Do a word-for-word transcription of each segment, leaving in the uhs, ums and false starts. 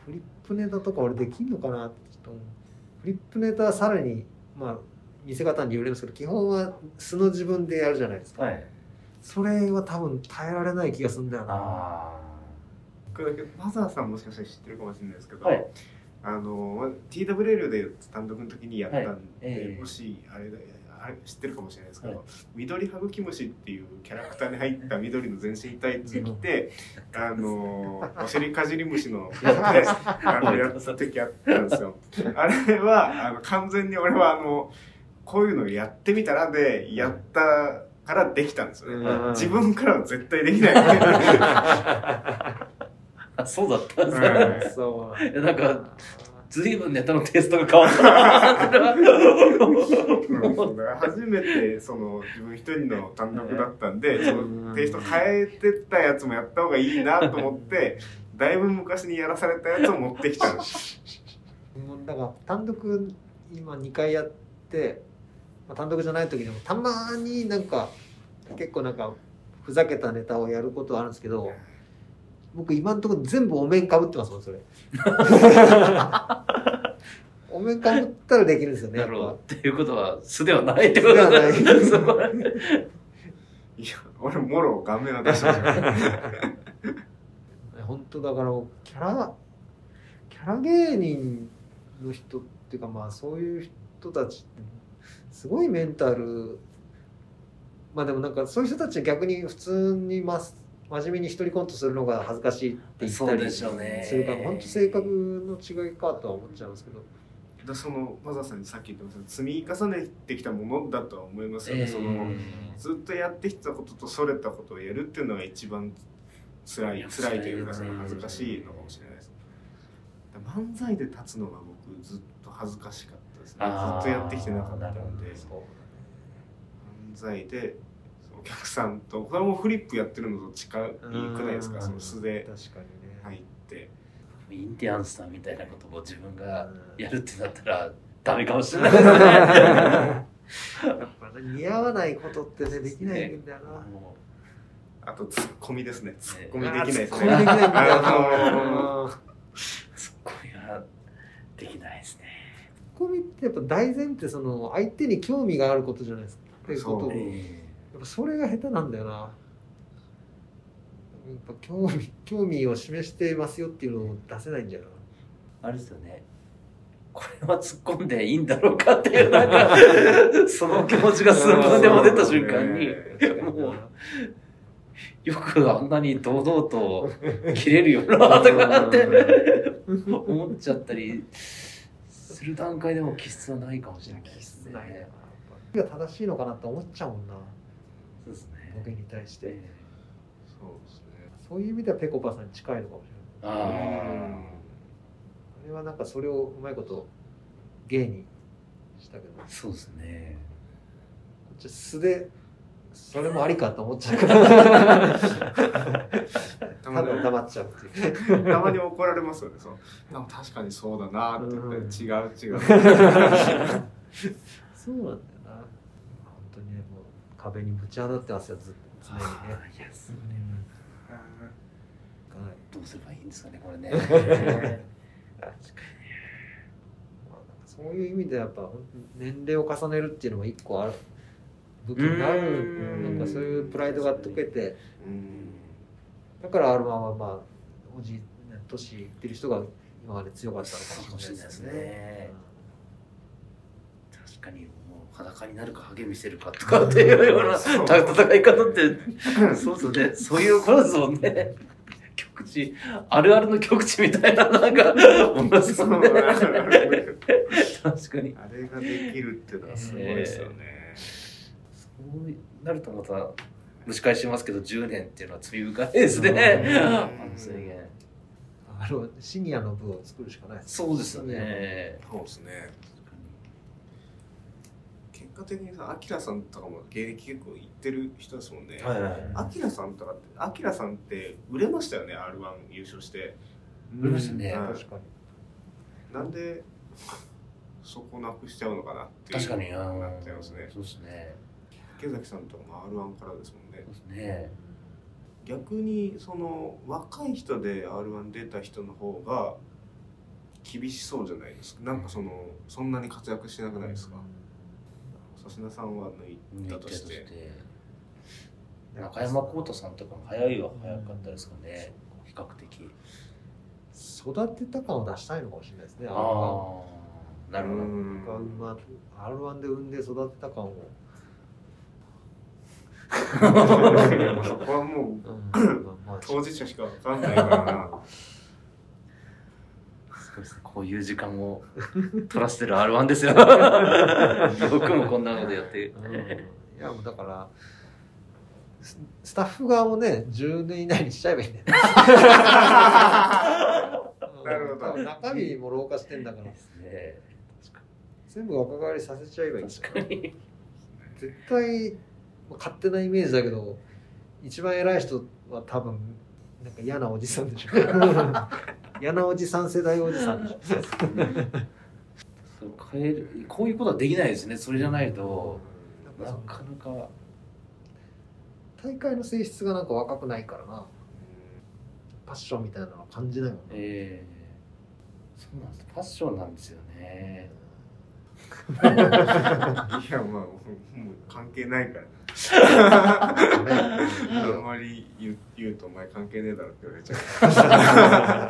フリップネタとか俺できんのかなってちょっと思う。フリップネタはさらにまあ見せ方によりますけど、基本は素の自分でやるじゃないですか、はい、それは多分耐えられない気がするんだよな。あこれだけマザーさんもしかしたら知ってるかもしれないですけど、はい、あの ティーダブリューエル で単独の時にやったんで、はいえー、もしあれだあれ知ってるかもしれないですけど、はい、緑ハグキムシっていうキャラクターに入った緑の全身タイツ着てあのお尻かじり虫のやつであのやった時あったんですよ。あれはあの完全に俺はあのこういうのやってみたらでやったからできたんですよね。自分からは絶対できないあ、そうだったんですか。そういやなんかずいぶんネタのテイストが変わったな初めてその自分一人の単独だったんで、そのテイスト変えてったやつもやった方がいいなと思ってだいぶ昔にやらされたやつを持ってきたんです。 だから単独今にかいやって、まあ、単独じゃない時でもたまになんか結構なんかふざけたネタをやることはあるんですけど、僕今のところ全部お面かぶってますもんそれお面かぶったらできるんですよね。 なるほど。っていうことは素ではないってことではないいや俺もろ顔面は出してました本当だからキャラキャラ芸人の人っていうかまあそういう人たちってすごいメンタル、まあでもなんかそういう人たちは逆に普通にます真面目に一人コントするのが恥ずかしいって言ったりするから本当性格の違いかとは思っちゃうんですけど、 だそのマザーさんにさっき言ってました積み重ねてきたものだとは思いますよね、えー、そのずっとやってきたこととそれたことをやるっていうのが一番辛い辛いというかその恥ずかしいのかもしれないです。漫才で立つのが僕ずっと恥ずかしかったですね。ずっとやってきてなかったんで、漫才でお客さんとこれもフリップやってるのと近いくないですか、その素で入って。 インディアンスさんみたいなことを自分がやるってなったらダメかもしれないですねやっぱ似合わないことってねできないんだよな。 あとツッコミですね。ツッコミできないですね。 ツッコミできないんだよな。 ツッコミはできないですね。 ツッコミってやっぱ大前提その相手に興味があることじゃないですか。っていうことを、やっぱそれが下手なんだよな。やっぱ興味興味を示してますよっていうのを出せないんだよな。あれですよね。これは突っ込んでいいんだろうかっていうなんかその気持ちが数分でも出た瞬間にもうよくあんなに堂々と切れるよなとかって思っちゃったりする段階でも気質はないかもしれないですね。 が正しいのかなって思っちゃうもんな。 そうですね。 ボケに対して、えー、そうですね。 そういう意味ではぺこぱさんに近いのかもしれない。ああれはなんかそれをうまいこと芸にしたけど。 そうですね。 こっち素でそれもありかと思っちゃうからたまに黙っちゃうっていうたまに怒られますよね。そう確かにそうだなって言って、うん、違う違うそうなんだよな。本当にねもう壁にぶち当たってますよずっと常にね。 いやそれどうすればいいんですかねこれね。確かにね。 そういう意味でやっぱ年齢を重ねるっていうのも一個ある武器になる。なんかそういうプライドが解けて、だから アールワン はまあおじ年いってる人が今まで強かったのかもしれないですね。 確かにもう裸になるかハゲ見せるかとかっていうような戦い方ってそうですね。そういうことですもんね。極地あるあるの極地みたいななんかものですもんね。確かにあれができるっていうのはすごいですよね。えー、そうなるとまた蒸し返しますけどじゅうねんっていうのは罪深いですね。あの制限。 あのシニアの部を作るしかないです。 そうですよね。 そうですね。結果的にさ、アキラさんとかも芸歴結構いってる人ですもんね。はいはいはい、アキラさんとかって、アキラさんって売れましたよね、アールワン 優勝して。 売れましたね。 確かに。 なんでそこなくしちゃうのかなっていう。 確かになっちゃいますね。 そうですね。 池崎さんとかも アールワン からですもんね。 そうですね。 逆にその若い人で アールワン 出た人の方が厳しそうじゃないですか。なんかそのそんなに活躍してなくないですか。笹田さんは抜いたとして、 中山浩太さんとかも早いは早かったですかね、比較的。 育てた感を出したいのかもしれないですね。 ああ、なるほど。 まあ、アールワン で産んで育てた感を。 そこはもう、うんまあ、当事者しかわかんないからな。 そうですね、こういう時間を取らせてる アールワン ですよ。僕もこんなのでやって、うん、いやもうだからスタッフ側もねじゅうねん以内にしちゃえばいいんだよね。なるほど。中身も老化してんだからですね。全部若返りさせちゃえばいいんだよ。確かに絶対勝手なイメージだけど一番偉い人は多分なんか嫌なおじさんでしょ。嫌なおじさん世代おじさんでしょ。 変えるこういうことはできないですね。それじゃないとなかなか大会の性質がなんか若くないからな。パッションみたいなのは感じないもんね。えー、そうなんです。パッションなんですよね。 いやまあもう関係ないから。あんまり言う、言うとお前関係ねえだろって言われちゃう。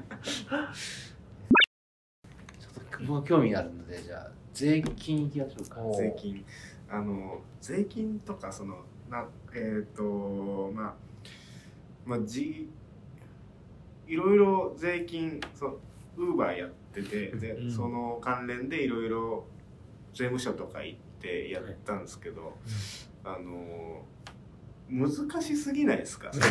ちょっと僕は興味あるのでじゃあ税金いきましょうか。 税金あの税金とかそのなえっ、ー、とまあまあじいろいろ税金そうウーバーやっててで、うん、その関連でいろいろ税務署とか行ってやったんですけど、はい、あの難しすぎないですか？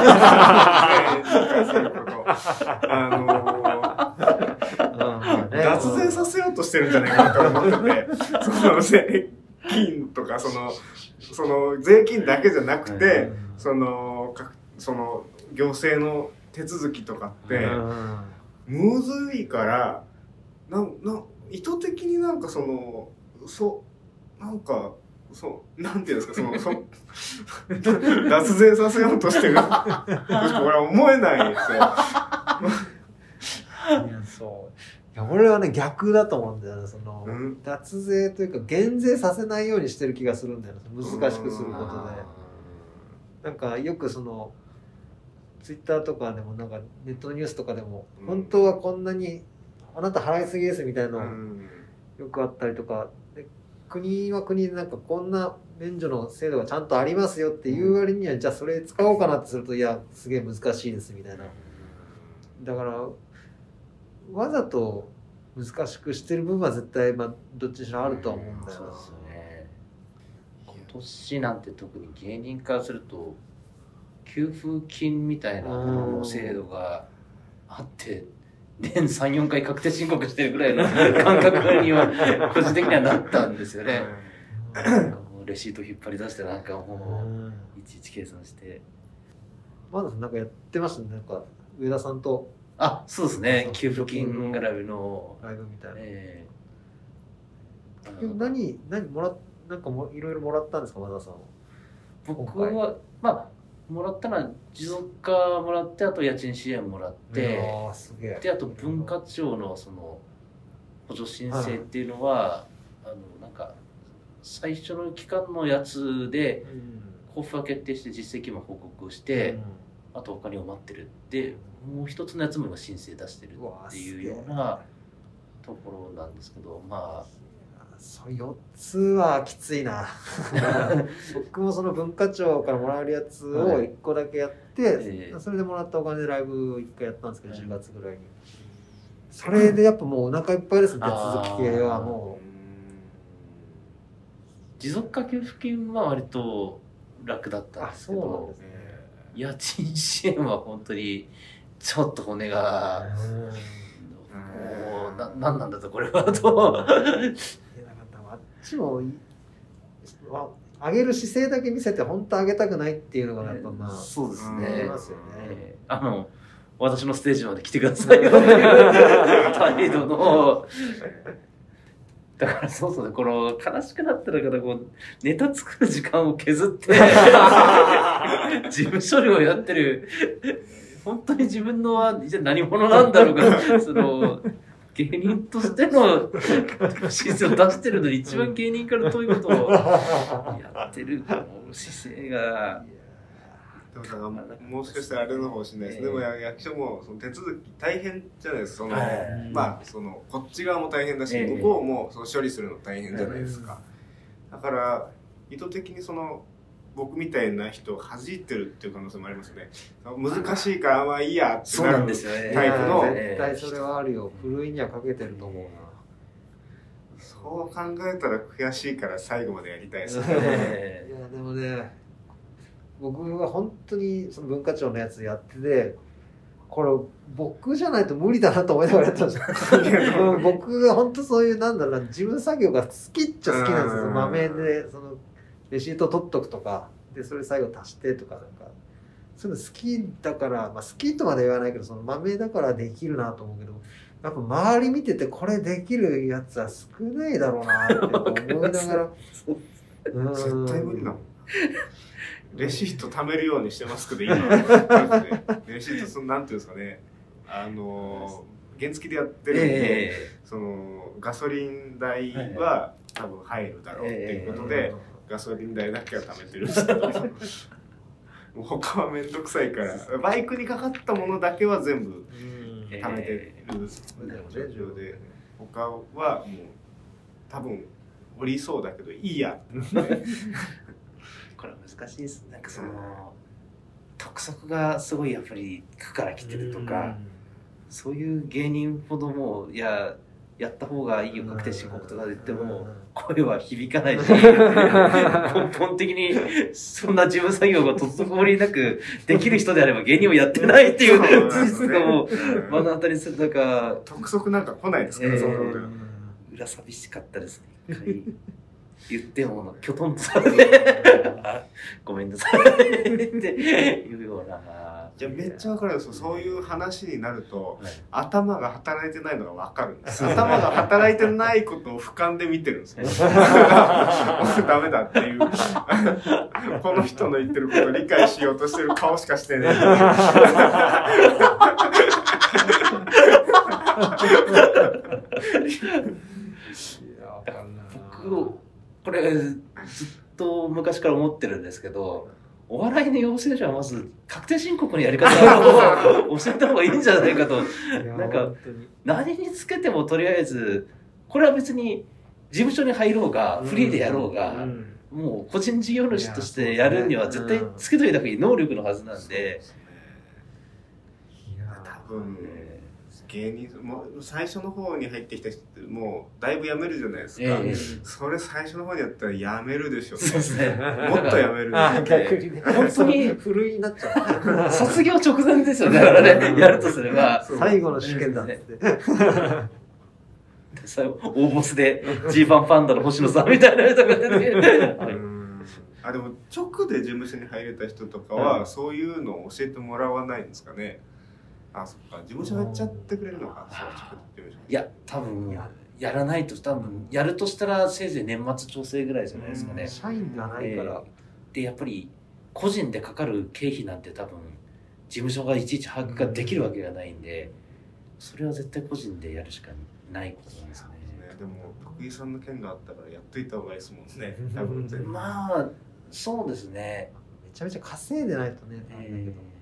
あの脱税させようとしてるんじゃないかなと思ってて、その税金とかそのその税金だけじゃなくて、そのその行政の手続きとかってむずいからなな意図的になんかそのそうなんかそうなんていうんですかそのそ脱税させようとしてるこれは思えないですよ。 いやそういや俺はね逆だと思うんだよね。その、うん、脱税というか減税させないようにしてる気がするんだよね。難しくすることで。なんかよくそのツイッターとかでもなんかネットニュースとかでも、うん、本当はこんなにあなた払いすぎですみたいなのよくあったりとかで、国は国でなんかこんな免除の制度がちゃんとありますよっていう割には、うん、じゃあそれ使おうかなってするといやすげえ難しいですみたいな。だからわざと難しくしてる部分は絶対、まあ、どっちにしろあるとは思うんだよな。そうですね。 今年なんて特に芸人からすると給付金みたいなものの制度があって年 さん,よん 回確定申告してるぐらいの感覚には個人的にはなったんですよね。なんかもうレシート引っ張り出してなんかもういちいち計算してまだなんかやってましたね。なんか上田さんとあそうですね給付金ライブのライブみたいな、えー、何何もらなんかもいろいろもらったんですか和田さんは。 僕はまあもらったのは持続化もらってあと家賃支援もらってあすげえであと文化庁のその補助申請っていうのは、はい、あのなんか最初の期間のやつで交付が決定して実績も報告して、うん、あとお金を待ってるでもう一つのやつも今申請出してるっていうようなところなんですけどまあそれよっつはきついな。僕もその文化庁からもらえるやつをいっこだけやって、はいえー、それでもらったお金でライブをいっかいやったんですけど、はい、じゅうがつぐらいにそれでやっぱもうお腹いっぱいですね。手続き系はもう持続化給付金は割と楽だったんですけど、そうなんですね、家賃支援は本当にちょっと骨がもうな何なんだとこれはとあっちも上げる姿勢だけ見せて本当上げたくないっていうのがやっぱまあ、えー、 そうですね。 ありますよね。 えー、あの私のステージまで来てくださいよっていう態度のだからそうそうこの悲しくなったらからこうネタ作る時間を削って事務処理をやってる本当に自分のはじゃ何者なんだろうかその芸人としての姿勢を出してるのに一番芸人から遠いことをやってる姿勢が。 でもなんかもしかしたらあれのかもしれないです、えー、でも役所もその手続き大変じゃないですか、その、えー、まあそのこっち側も大変だし、えー、向こうもその処理するの大変じゃないですか、えー、だから意図的にその僕みたいな人を弾いてるっていう可能性もありますよね。難しいからまあいいやってなるタイプの、 絶対それはあるよ。ふるいにはかけてると思うな。 そう考えたら悔しいから最後までやりたいですね。 いやでもね、僕は本当にその文化庁のやつやってて、これ僕じゃないと無理だなと思いながらやったんですよ。僕が本当そういうなんだろうな、自分作業が好きっちゃ好きなんですよ。豆でそのレシート取っとくとかで、それ最後足してとか、なんかそういうの好きだから、まあ、好きとまで言わないけど、その豆だからできるなと思うけど、やっぱ周り見ててこれできるやつは少ないだろうなって思いながら絶対無理だもん。レシート貯めるようにしてますけど、今レシートそのなんていうんですかね、あの原付でやってるんで、えー、そのガソリン代は多分入るだろうっていうことで、えー、ガソリン代だけは貯めてるんですけどもう他は面倒くさいからバイクにかかったものだけは全部貯めてる状況で、他はもう多分降りそうだけどいいやってこれ難しいです。なんかその督促がすごいやっぱり区から来てるとか、そういう芸人ほどもいややった方がいいよ確定申告とか言っても声は響かないし、根本的にそんな事務作業が滞りなくできる人であれば芸人をやってないっていう事実がもう目の当たりする。なんか督促なんか来ないですから、えー、その裏寂しかったですね。言ってもきょとんとされてごめんなさいっていうような。 じゃめっちゃわかるんですよ。そういう話になると、はい、頭が働いてないのがわかるんです。頭が働いてないことを俯瞰で見てるんですよ。ダメだっていうこの人の言ってることを理解しようとしてる顔しかしてね僕これずっと昔から思ってるんですけど、お笑いの養成所はまず確定申告のやり方を教えた方がいいんじゃないかと。なんか何につけてもとりあえずこれは別に事務所に入ろうがフリーでやろうが、うんうん、もう個人事業主としてやるには絶対つけといた方がいい能力のはずなんで。 いや多分芸人もう最初の方に入ってきた人ってもうだいぶやめるじゃないですか、えー、それ最初の方にやったらやめるでしょうね。そうですね。もっとやめるでしょうね。 逆にね、本当に古いになっちゃう。 卒業直前ですよね。だからね、やるとすれば最後の試験だって。 大ボスで G パンパンダの星野さんみたいな人が出てきて。 あ、でも直で事務所に入れた人とかは、うん、そういうのを教えてもらわないんですかね。あ、そっか、事務所やっちゃってくれるのか。 いや、多分やらないと、多分やるとしたらせいぜい年末調整ぐらいじゃないですかね。 社員がないから、 えー、でやっぱり個人でかかる経費なんて多分事務所がいちいち把握ができるわけがないんで、それは絶対個人でやるしかないことなんですね。 でも徳井さんの件があったからやっといた方がいいですもんね。多分全部まあそうですね。 めちゃめちゃ稼いでないとね。 えー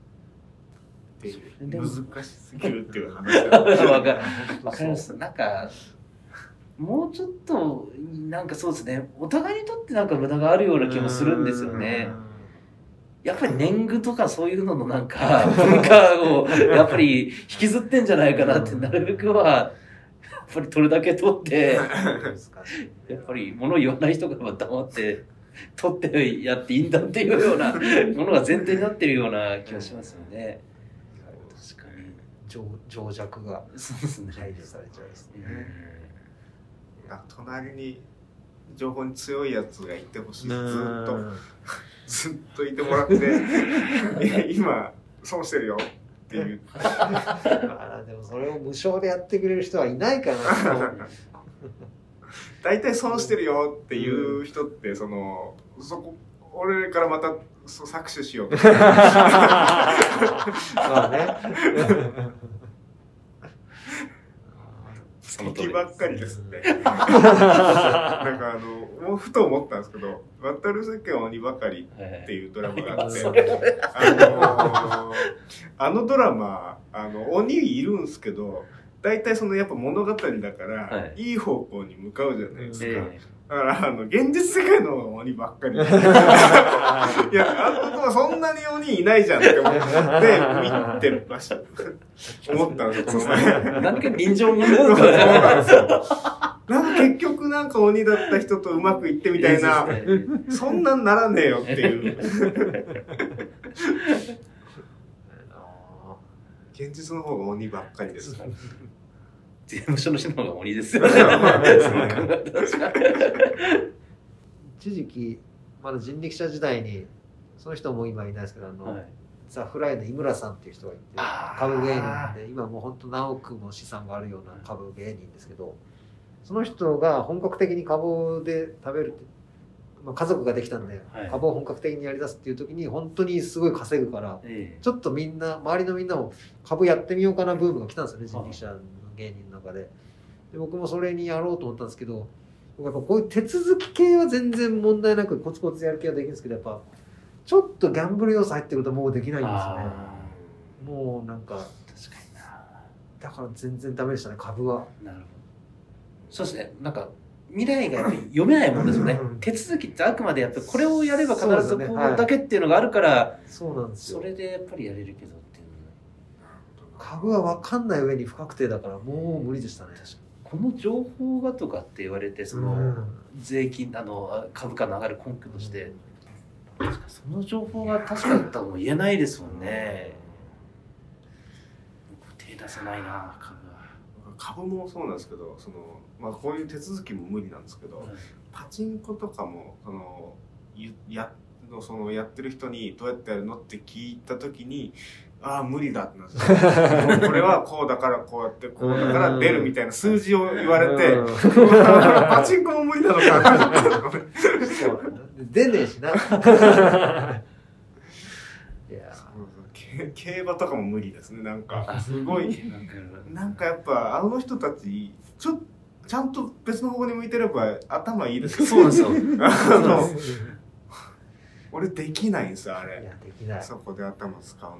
難しすぎるっていう話わかります。なんかもうちょっとなんかそうですね、お互いにとってなんか無駄があるような気もするんですよね。やっぱり年貢とかそういうののなんか文化をやっぱり引きずってんじゃないかなって、なるべくはやっぱり取るだけ取ってやっぱり物を言わない人が黙って取ってやっていいんだっていうようなものが前提になってるような気がしますよね。確かに情, 情弱がそうですね、 排除されちゃうんですね。 隣に情報に強いやつがいてほしい。ずっとずっといてもらって今損してるよっていうあ、でもそれを無償でやってくれる人はいないかな。 大体損してるよっていう人ってそのそこ俺からまたそう搾取しようとまあね敵ばっかりですってなんかあのもうふと思ったんですけど「渡る世間は鬼ばかり」っていうドラマがあってあのあのドラマあの鬼いるんすけど大体そのやっぱ物語だから、はい、いい方向に向かうじゃないですか、えー、だからあの現実世界の鬼ばっかりいやあのそんなに鬼いないじゃんって思って見てるらしい思ったんですよこの前何か人情もねそうなんですよなんか結局なんか鬼だった人とうまくいってみたいなそんなんならねえよっていう現実の方が鬼ばっかりです税務署の人の方が鬼ですよね一時期まだ人力車時代にその人も今いないですけどあの、はい、ザ・フライの井村さんっていう人がいて株芸人で今もう本当何億も資産があるような株芸人ですけどその人が本格的に株で食べるって、まあ、家族ができたんで、はい、株を本格的にやりだすっていう時に本当にすごい稼ぐから、えー、ちょっとみんな周りのみんなも株やってみようかなブームが来たんですよね人力車の芸人の中で。で僕もそれにやろうと思ったんですけどやっぱこういう手続き系は全然問題なくコツコツやる系はできるんですけどやっぱちょっとギャンブル要素入ってるともうできないんですよね。もうなんか確かになだから全然ダメでしたね株は。 なるほどそうですねなんか未来がやっぱり読めないもんですよね、うん、手続きってあくまでやっぱりこれをやれば必ずこうだけっていうのがあるからそうなんですよそれでやっぱりやれるけどっていう株は分かんない上に不確定だからもう無理でしたね。確かにこの情報がとかって言われてその税金あの株価の上がる根拠として、うん、その情報が確かだったのも言えないですもんね。手出せないな株は。 株もそうなんですけどその、まあ、こういう手続きも無理なんですけど、うん、パチンコとかもそのやそのやってる人にどうやってやるのって聞いた時にああ無理だってなってこれはこうだからこうやってこうだから出るみたいな数字を言われてパチンコも無理なのか出ねえしな。いや競馬とかも無理ですね。なんかすごいなんかやっぱあの人たちちょちゃんと別の方向に向いてれば頭いいですよ。 そうですよ。あの俺できないんですよあれ。 いやできない。 そこで頭使うの。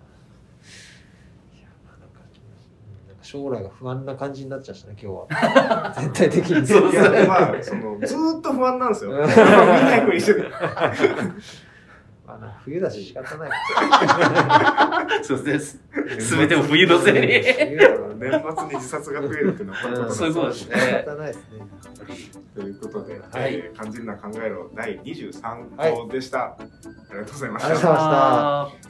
将来が不安な感じになっちゃったね今日は。全体的に。 そうですね。まあそのずーっと不安なんですよ。みんなふりしてる。 まあな冬だし仕方ない。 そうです。すべても冬のせいに。 年末に自殺が増えるっていうのはそういうことですね。 仕方ないですね。 ということで、はいえー、肝心な考えろだいにじゅうさん号でした、はい。ありがとうございました。 ありがとうございました。